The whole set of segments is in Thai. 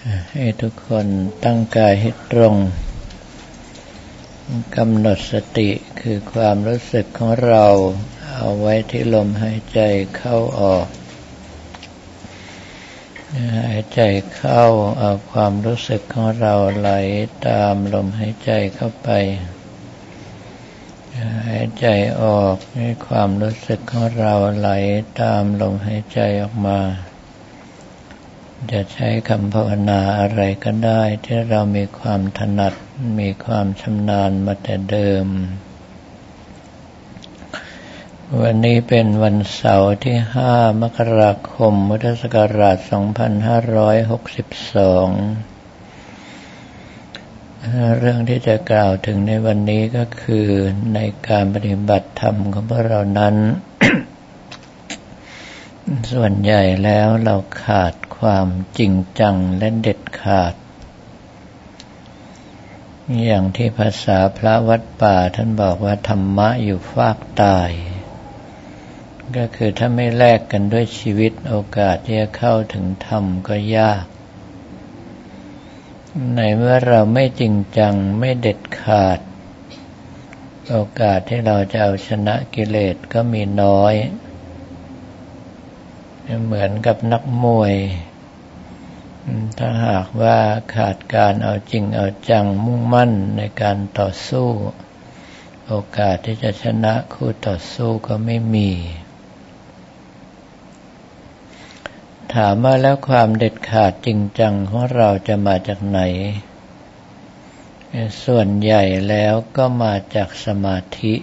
ให้ทุกคนตั้งกายให้ตรงกำหนดสติคือความรู้สึกของเราเอาไว้ที่ลมหายใจเข้าออกหายใจเข้าเอาความรู้สึกของเราไหลตามลมหายใจเข้าไปหายใจออกให้ความรู้สึกของเราไหลตามลมหายใจออกมาจะใช้คำภาวนาอะไรก็ได้ที่เรามีความถนัดมีความชำนาญมาแต่เดิมวันนี้เป็นวันเสาร์ที่5มกราคมพุทธศักราช2562เรื่องที่จะกล่าวถึงในวันนี้ก็คือในการปฏิบัติธรรมของพวกเรานั้น ส่วนใหญ่แล้วเราขาดความจริงจังและเด็ดขาดอย่างที่ภาษาพระวัดป่าท่านบอกว่าธรรมะอยู่ฟากตายก็คือถ้าไม่แลกกันด้วยชีวิตโอกาสที่จะเข้าถึงธรรมก็ยากในเมื่อเราไม่จริงจังไม่เด็ดขาดโอกาสที่เราจะเอาชนะกิเลสก็มีน้อยเหมือนกับนักมวยถ้าหากว่าขาดการเอาจริงเอาจังมุ่งมั่นในการต่อสู้โอกาสที่จะชนะคู่ต่อสู้ก็ไม่มีถามว่าแล้วความเด็ดขาดจริงจังของเราจะมาจากไหนส่วนใหญ่แล้วก็มาจากสมาธิ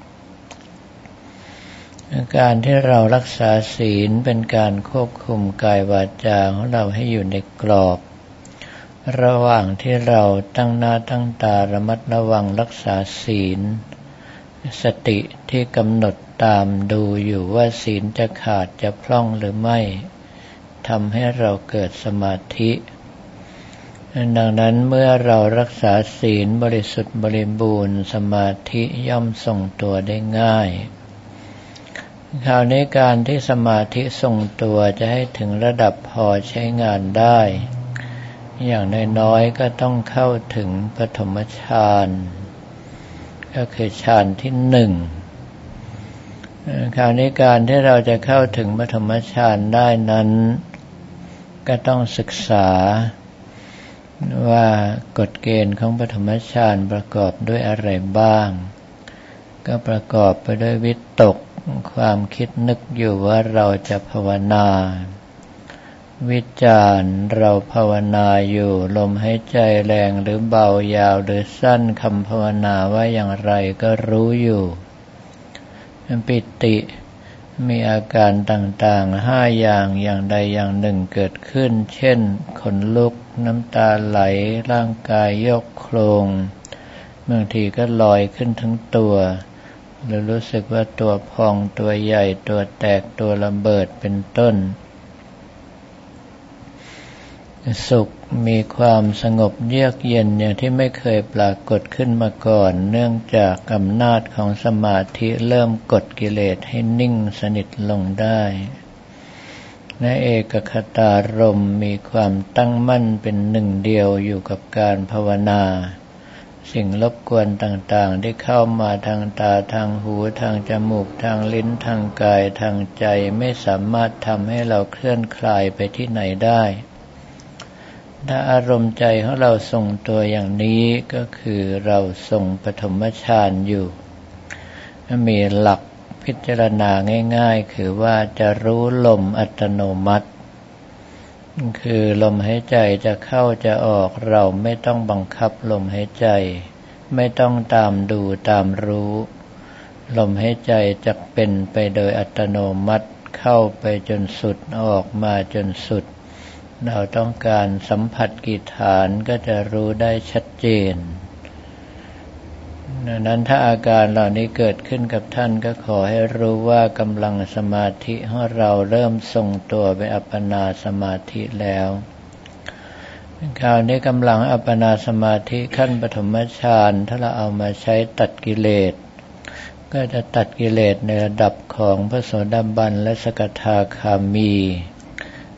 การที่เรารักษาศีลเป็นการควบคุมกายวาจาของเราให้อยู่ในกรอบระหว่างที่เราตั้งหน้าตั้งตาระมัดระวังรักษาศีลสติที่กำหนดตามดูอยู่ว่าศีลจะขาดจะพร่องหรือไม่ทำให้เราเกิดสมาธิดังนั้นเมื่อเรารักษาศีลบริสุทธิ์บริบูรณ์สมาธิย่อมทรงตัวได้ง่ายคราวนี้การที่สมาธิทรงตัวจะให้ถึงระดับพอใช้งานได้อย่างน้อยๆก็ต้องเข้าถึงปฐมฌานก็คือฌานที่1คราวนี้การที่เราจะเข้าถึงปฐมฌานได้นั้นก็ต้องศึกษาว่ากฎเกณฑ์ของปฐมฌานประกอบด้วยอะไรบ้างก็ประกอบไปด้วยวิตกความคิดนึกอยู่ว่าเราจะภาวนาวิจารณ์เราภาวนาอยู่ลมหายใจแรงหรือเบายาวหรือสั้นคำภาวนาว่าอย่างไรก็รู้อยู่ปิติมีอาการต่างๆ5อย่างอย่างใดอย่างหนึ่งเกิดขึ้นเช่นขนลุกน้ำตาไหลร่างกายยกโครงบางทีก็ลอยขึ้นทั้งตัวหรือรู้สึกว่าตัวพองตัวใหญ่ตัวแตกตัวระเบิดเป็นต้นสุขมีความสงบเยือกเย็นอย่างที่ไม่เคยปรากฏขึ้นมาก่อนเนื่องจากอำนาจของสมาธิเริ่มกดกิเลสให้นิ่งสนิทลงได้และเอกคตารมณ์มีความตั้งมั่นเป็นหนึ่งเดียวอยู่กับการภาวนาสิ่งรบกวนต่างๆที่เข้ามาทางตาทางหูทางจมูกทางลิ้นทางกายทางใจไม่สามารถทำให้เราเคลื่อนคลายไปที่ไหนได้ถ้าอารมณ์ใจของเราทรงตัวอย่างนี้ก็คือเราทรงปฐมฌานอยู่มีหลักพิจารณาง่ายๆคือว่าจะรู้ลมอัตโนมัติคือลมหายใจจะเข้าจะออกเราไม่ต้องบังคับลมหายใจไม่ต้องตามดูตามรู้ลมหายใจจะเป็นไปโดยอัตโนมัติเข้าไปจนสุดออกมาจนสุดเราต้องการสัมผัสกี่ฐานก็จะรู้ได้ชัดเจนดังนั้นถ้าอาการเหล่านี้เกิดขึ้นกับท่านก็ขอให้รู้ว่ากำลังสมาธิของเราเริ่มทรงตัวเป็นอัปปนาสมาธิแล้วคราวนี้กำลังอัปปนาสมาธิขั้นปฐมฌานถ้าเราเอามาใช้ตัดกิเลสก็จะตัดกิเลสในระดับของพระโสดาบันและสกทาคามี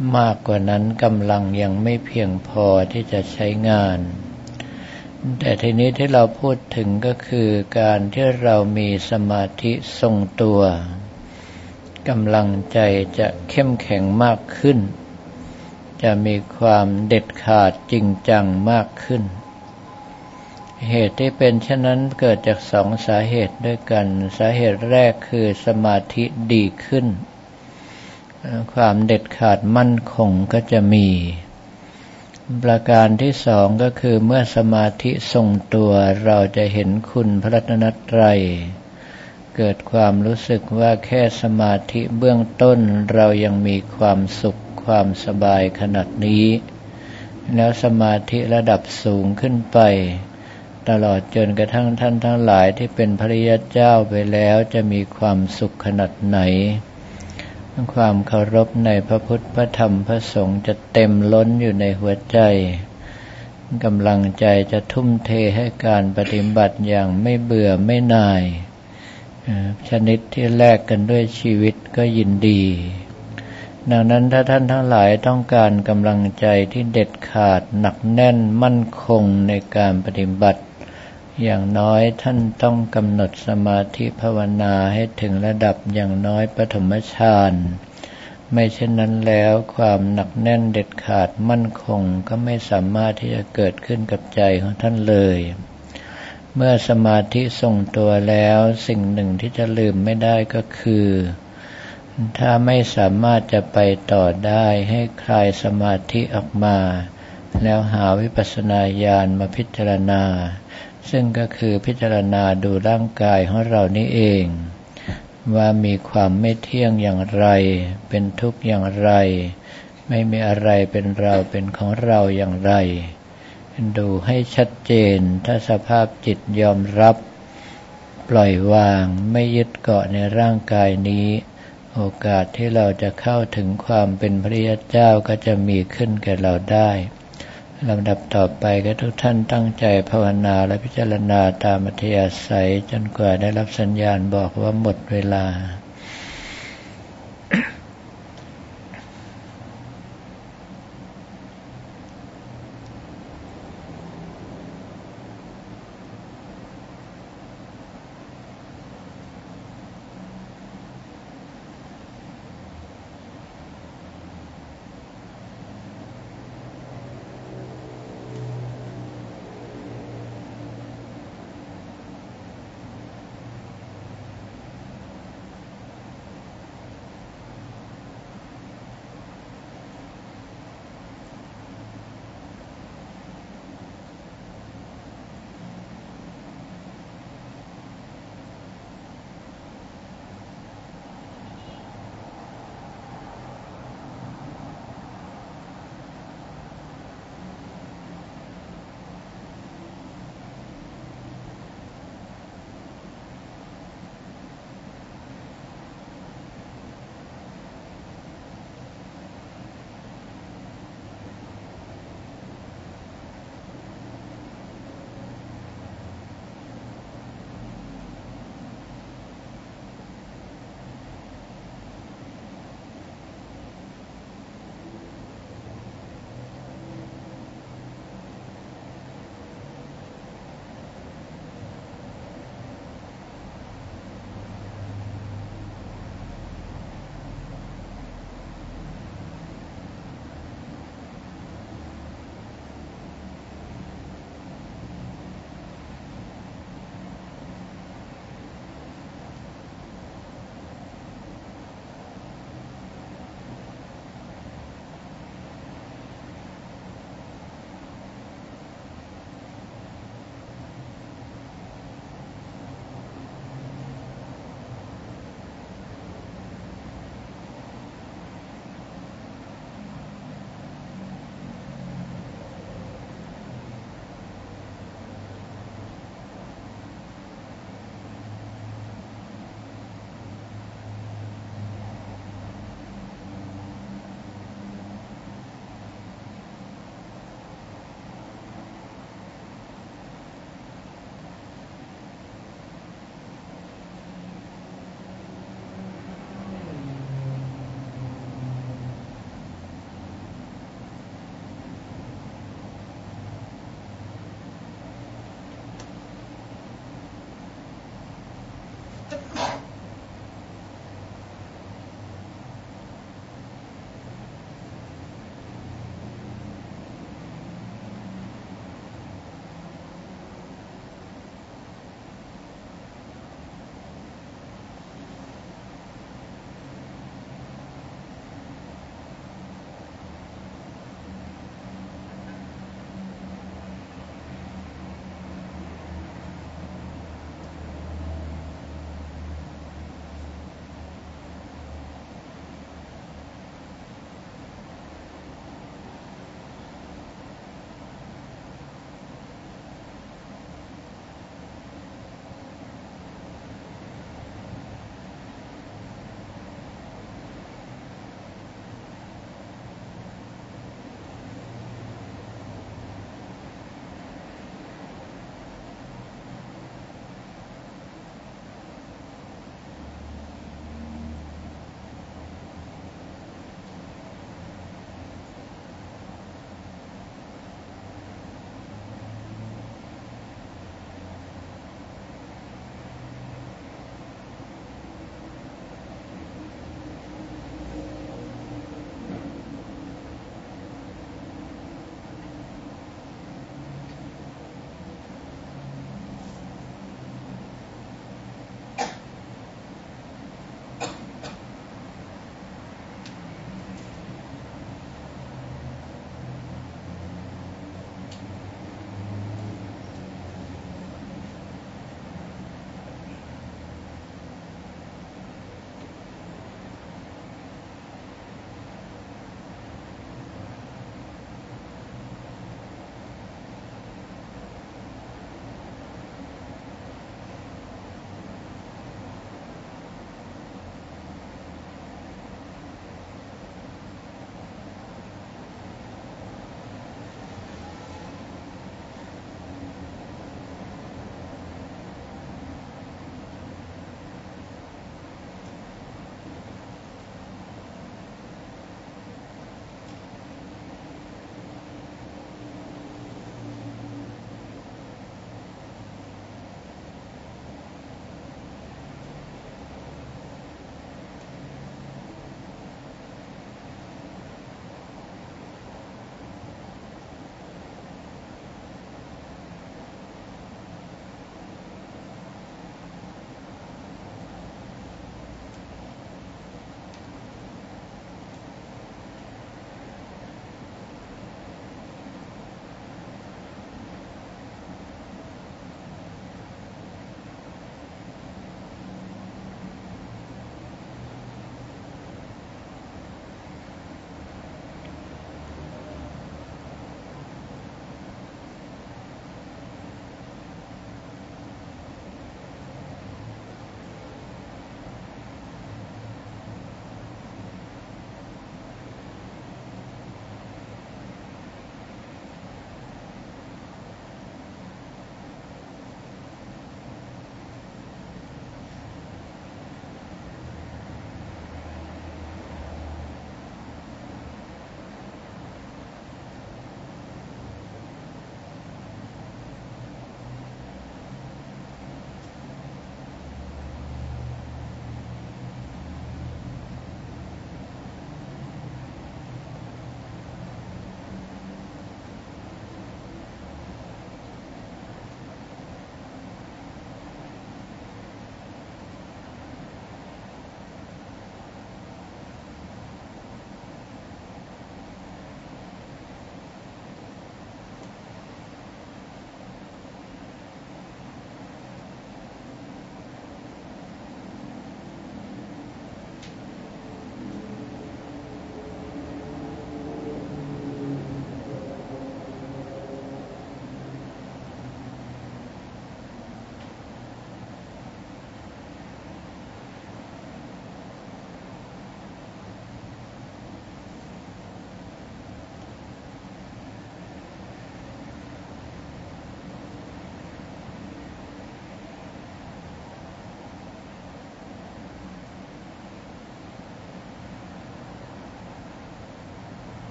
มากกว่านั้นกำลังยังไม่เพียงพอที่จะใช้งานแต่ทีนี้ที่เราพูดถึงก็คือการที่เรามีสมาธิทรงตัวกำลังใจจะเข้มแข็งมากขึ้นจะมีความเด็ดขาดจริงจังมากขึ้นเหตุที่เป็นเช่นนั้นเกิดจากสองสาเหตุด้วยกันสาเหตุแรกคือสมาธิดีขึ้นความเด็ดขาดมั่นคงก็จะมีประการที่สองก็คือเมื่อสมาธิทรงตัวเราจะเห็นคุณพระรัตนตรัยเกิดความรู้สึกว่าแค่สมาธิเบื้องต้นเรายังมีความสุขความสบายขนาดนี้แล้วสมาธิระดับสูงขึ้นไปตลอดจนกระทั่งท่านทั้งหลายที่เป็นพระริยเจ้าไปแล้วจะมีความสุขขนาดไหนความเคารพในพระพุทธพระธรรมพระสงฆ์จะเต็มล้นอยู่ในหัวใจกำลังใจจะทุ่มเทให้การปฏิบัติอย่างไม่เบื่อไม่หน่ายชนิดที่แลกกันด้วยชีวิตก็ยินดีดังนั้นถ้าท่านทั้งหลายต้องการกำลังใจที่เด็ดขาดหนักแน่นมั่นคงในการปฏิบัติอย่างน้อยท่านต้องกำหนดสมาธิภาวนาให้ถึงระดับอย่างน้อยปฐมฌานไม่เช่นนั้นแล้วความหนักแน่นเด็ดขาดมั่นคงก็ไม่สามารถที่จะเกิดขึ้นกับใจของท่านเลยเมื่อสมาธิทรงตัวแล้วสิ่งหนึ่งที่จะลืมไม่ได้ก็คือถ้าไม่สามารถจะไปต่อได้ให้คลายสมาธิออกมาแล้วหาวิปัสสนาญาณมาพิจารณาซึ่งก็คือพิจารณาดูร่างกายของเรานี้เองว่ามีความไม่เที่ยงอย่างไรเป็นทุกข์อย่างไรไม่มีอะไรเป็นเราเป็นของเราอย่างไรดูให้ชัดเจนถ้าสภาพจิตยอมรับปล่อยวางไม่ยึดเกาะในร่างกายนี้โอกาสที่เราจะเข้าถึงความเป็นพระริยเจ้าก็จะมีขึ้นแก่เราได้ลำดับต่อไปก็ทุกท่านตั้งใจภาวนาและพิจารณาตามอัธยาศัยจนกว่าได้รับสัญญาณบอกว่าหมดเวลา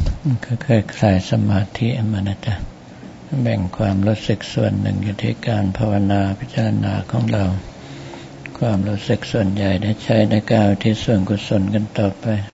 ก็เคยคลายสมาธิมานะจ๊ะแบ่งความรู้สึกส่วนหนึ่งอยู่ที่การภาวนาพิจารณาของเราความรู้สึกส่วนใหญ่ได้ใช้ในการที่ส่วนกุศลกันต่อไป